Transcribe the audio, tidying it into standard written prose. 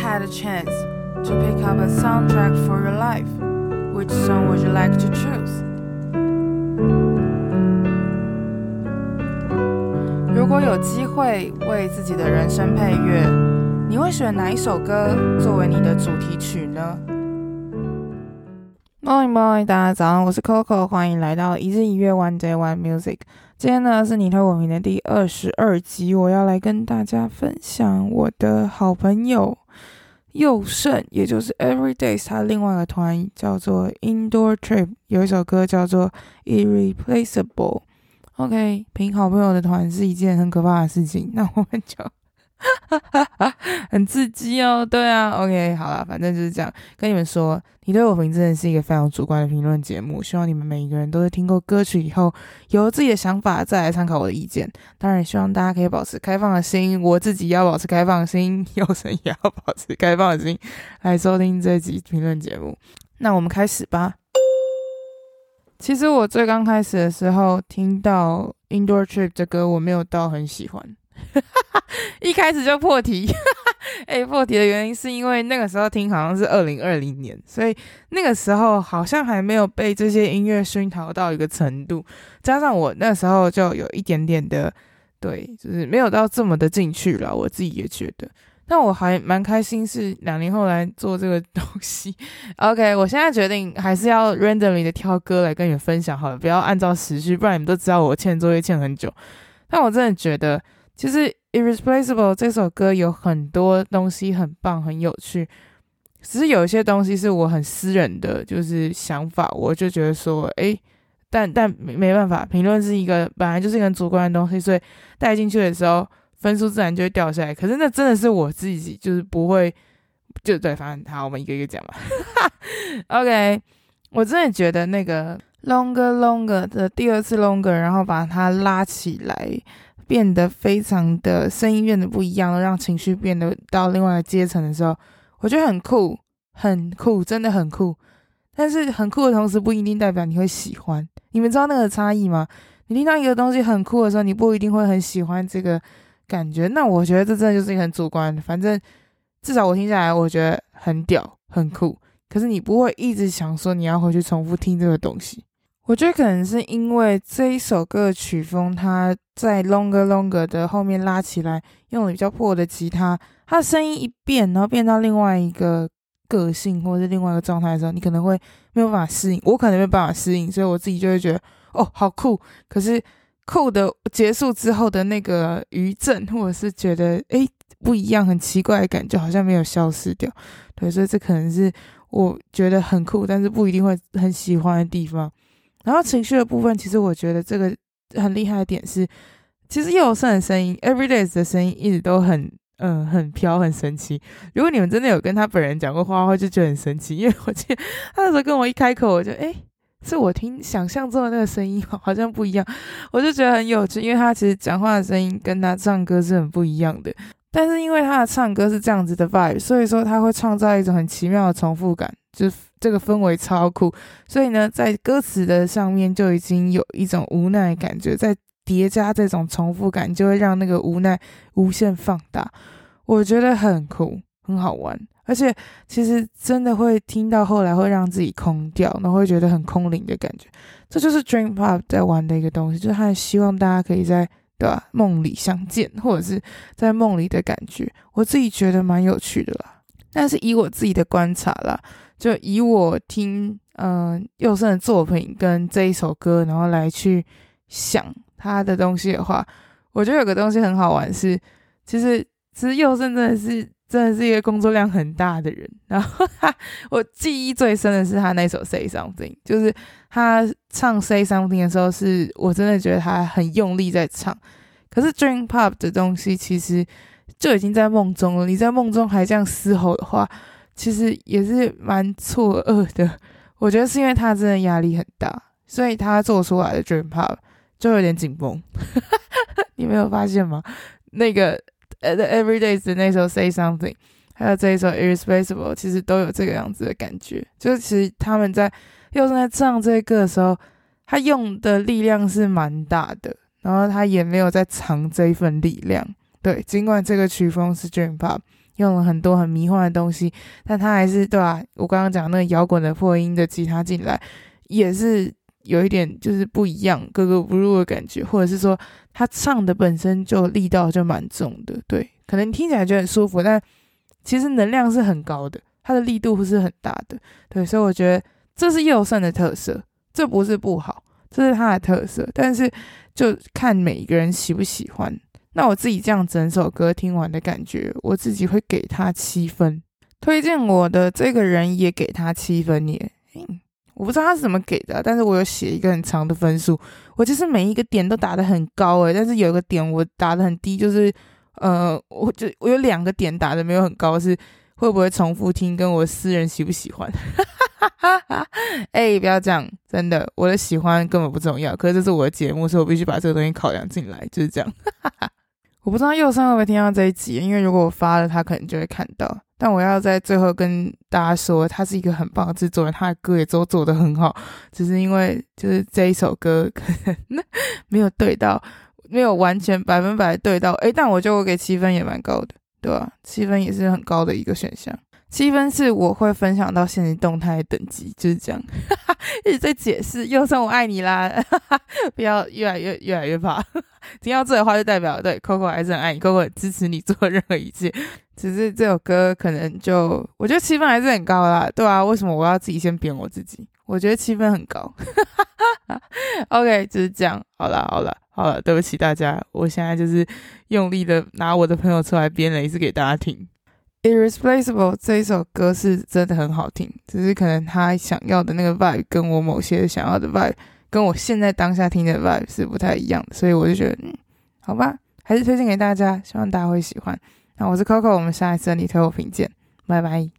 had a chance to pick up a soundtrack for your life, which song would you like to choose? 如果有机会为自己的人生配乐，你会选哪一首歌作为你的主题曲呢？ Morning， 大家早上，我是 Coco， 欢迎来到一日一乐 One Day One Music。今天呢是你推我名的第22集，我要来跟大家分享我的好朋友佑胜，也就是 Everydays 他另外一个团叫做 Indoor Trip， 有一首歌叫做 Irreplaceable。OK， 评好朋友的团是一件很可怕的事情，那我们就很刺激哦。对啊 ，OK， 好啦，反正就是这样。跟你们说，你对我评真的是一个非常主观的评论节目，希望你们每一个人都是听过歌曲以后，有自己的想法再来参考我的意见。当然，希望大家可以保持开放的心，我自己要保持开放的心，佑胜也要保持开放的心，来收听这集评论节目。那我们开始吧。其实我最刚开始的时候听到 Indoor Trip 这歌，我没有到很喜欢。一开始就破题破题的原因是因为那个时候听好像是2020年，所以那个时候好像还没有被这些音乐熏陶到一个程度，加上我那时候就有一点点的对，就是没有到这么的进去了，我自己也觉得。但我还蛮开心是2年后来做这个东西。OK， 我现在决定还是要 randomly 的挑歌来跟你们分享好了，不要按照时序，不然你们都知道我欠作业欠很久。但我真的觉得其实 Irreplaceable 这首歌有很多东西很棒很有趣，只是有一些东西是我很私人的就是想法，我就觉得说但没办法，评论是一个本来就是一个很主观的东西，所以带进去的时候分数自然就会掉下来。可是那真的是我自己就是不会，就对，反正好，我们一个一个讲嘛。OK， 我真的觉得那个 Longer 的第二次 Longer， 然后把它拉起来，变得非常的声音变得不一样，让情绪变得到另外一个阶层的时候，我觉得很酷，很酷，真的很酷。但是很酷的同时不一定代表你会喜欢，你们知道那个差异吗？你听到一个东西很酷的时候，你不一定会很喜欢这个感觉。那我觉得这真的就是一个很主观的，反正至少我听下来我觉得很屌很酷，可是你不会一直想说你要回去重复听这个东西。我觉得可能是因为这一首歌的曲风，它在 Longer 的后面拉起来，用了比较破的吉他，它的声音一变，然后变到另外一个个性或者是另外一个状态的时候，你可能会没有办法适应，我可能没有办法适应，所以我自己就会觉得好酷，可是酷的结束之后的那个余震，或者是觉得不一样很奇怪的感觉好像没有消失掉。对，所以这可能是我觉得很酷但是不一定会很喜欢的地方。然后情绪的部分，其实我觉得这个很厉害的点是，其实佑胜的声音 Everydays 的声音一直都很飘很神奇。如果你们真的有跟他本人讲过话的话，就觉得很神奇，因为我记得他那时候跟我一开口，我就是我听想象中的那个声音好像不一样，我就觉得很有趣，因为他其实讲话的声音跟他唱歌是很不一样的，但是因为他的唱歌是这样子的 vibe， 所以说他会创造一种很奇妙的重复感，就是这个氛围超酷，所以呢在歌词的上面就已经有一种无奈的感觉，在叠加这种重复感，就会让那个无奈无限放大。我觉得很酷很好玩，而且其实真的会听到后来会让自己空掉，然后会觉得很空灵的感觉。这就是 Dream Pop 在玩的一个东西，就是他希望大家可以在梦里相见，或者是在梦里的感觉，我自己觉得蛮有趣的啦。但是以我自己的观察啦，就以我听佑胜的作品跟这一首歌，然后来去想他的东西的话，我觉得有个东西很好玩是，其实佑胜真的是一个工作量很大的人。然后我记忆最深的是他那首 Say Something， 就是他唱 Say Something 的时候，是我真的觉得他很用力在唱。可是 Dream Pop 的东西其实就已经在梦中了，你在梦中还这样嘶吼的话，其实也是蛮错愕的。我觉得是因为他真的压力很大，所以他做出来的 Dream Pop 就有点紧绷。你没有发现吗？那个The Everydays 的那首 Say Something， 还有这一首 Irreplaceable， 其实都有这个样子的感觉。就是其实他们佑胜在唱这个歌的时候，他用的力量是蛮大的，然后他也没有在藏这一份力量。对，尽管这个曲风是 Dream Pop， 用了很多很迷幻的东西，但他还是对吧，我刚刚讲那个摇滚的破音的吉他进来，也是有一点就是不一样，格格不入的感觉，或者是说他唱的本身就力道就蛮重的，对，可能你听起来就很舒服，但其实能量是很高的，它的力度是很大的，对，所以我觉得这是佑胜的特色，这不是不好，这是他的特色，但是就看每一个人喜不喜欢。那我自己这样整首歌听完的感觉，我自己会给他7分。推荐我的这个人也给他7分耶。我不知道他是怎么给的，但是我有写一个很长的分数，我其实每一个点都打得很高但是有一个点我打得很低，就是我有2个点打得没有很高，是会不会重复听跟我私人喜不喜欢。不要这样，真的，我的喜欢根本不重要，可是这是我的节目，所以我必须把这个东西考量进来，就是这样。我不知道佑胜会不会听到这一集，因为如果我发了他可能就会看到，但我要在最后跟大家说他是一个很棒的制作人，他的歌也都做得很好，只是因为就是这一首歌可能没有对到，没有完全100%对到，但我觉得我给7分也蛮高的，对吧？7分也是很高的一个选项。7分是我会分享到现实动态的等级，就是这样。一直在解释佑胜我爱你啦，不要越来越怕。听到这的话就代表对 Coco 还是很爱你， Coco 很支持你做任何一切，只是这首歌可能就我觉得7分还是很高啦，对啊，为什么我要自己先贬我自己？我觉得7分很高。OK， 就是这样，好了，对不起大家，我现在就是用力的拿我的朋友出来编了一次给大家听。Irreplaceable 这一首歌是真的很好听，只是可能他想要的那个 vibe 跟我某些想要的 vibe 跟我现在当下听的 vibe 是不太一样的，所以我就觉得好吧，还是推荐给大家，希望大家会喜欢。那我是 Coco， 我们下一次的你推我评鉴，拜拜。